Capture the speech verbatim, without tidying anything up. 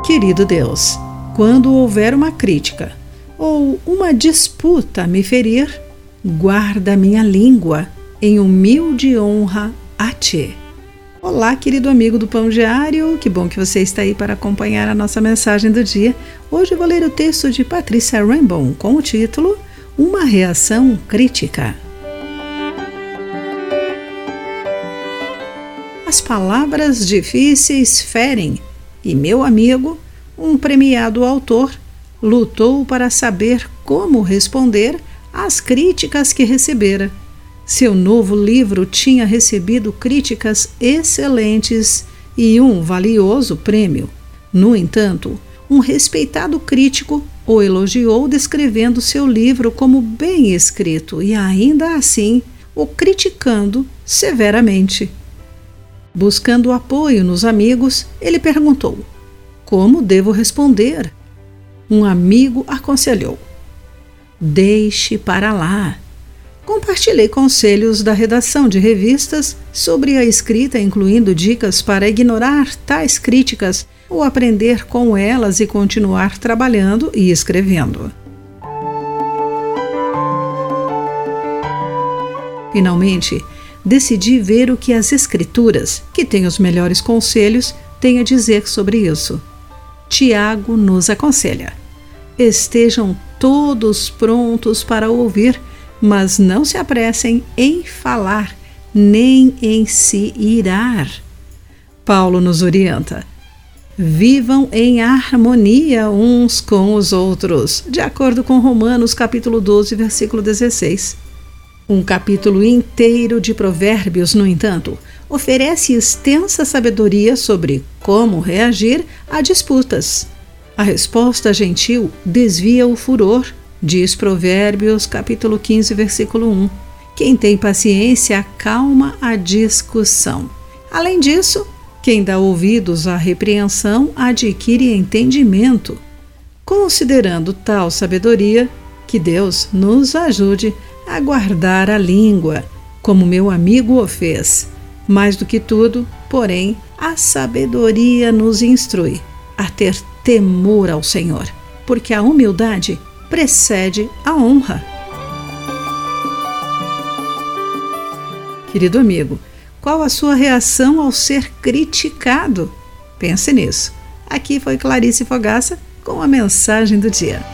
Querido Deus, quando houver uma crítica ou uma disputa a me ferir, guarda minha língua em humilde honra a Ti. Olá, querido amigo do Pão Diário, que bom que você está aí para acompanhar a nossa mensagem do dia. Hoje eu vou ler o texto de Patrícia Rainbow com o título Uma Reação Crítica. As palavras difíceis ferem, e meu amigo, um premiado autor, lutou para saber como responder às críticas que recebera. Seu novo livro tinha recebido críticas excelentes e um valioso prêmio. No entanto, um respeitado crítico o elogiou descrevendo seu livro como bem escrito e, ainda assim, o criticando severamente. Buscando apoio nos amigos, ele perguntou: como devo responder? Um amigo aconselhou: deixe para lá. Compartilhei conselhos da redação de revistas sobre a escrita, incluindo dicas para ignorar tais críticas ou aprender com elas e continuar trabalhando e escrevendo. Finalmente, decidi ver o que as Escrituras, que têm os melhores conselhos, têm a dizer sobre isso. Tiago nos aconselha: estejam todos prontos para ouvir, mas não se apressem em falar, nem em se irar. Paulo nos orienta: vivam em harmonia uns com os outros, de acordo com Romanos capítulo doze, versículo dezesseis. Um capítulo inteiro de Provérbios, no entanto, oferece extensa sabedoria sobre como reagir a disputas. A resposta gentil desvia o furor, diz Provérbios capítulo quinze, versículo um. Quem tem paciência acalma a discussão. Além disso, quem dá ouvidos à repreensão adquire entendimento. Considerando tal sabedoria, que Deus nos ajude a guardar a língua, como meu amigo o fez. Mais do que tudo, porém, a sabedoria nos instrui a ter temor ao Senhor, porque a humildade precede a honra. Querido amigo, qual a sua reação ao ser criticado? Pense nisso. Aqui foi Clarice Fogaça com a mensagem do dia.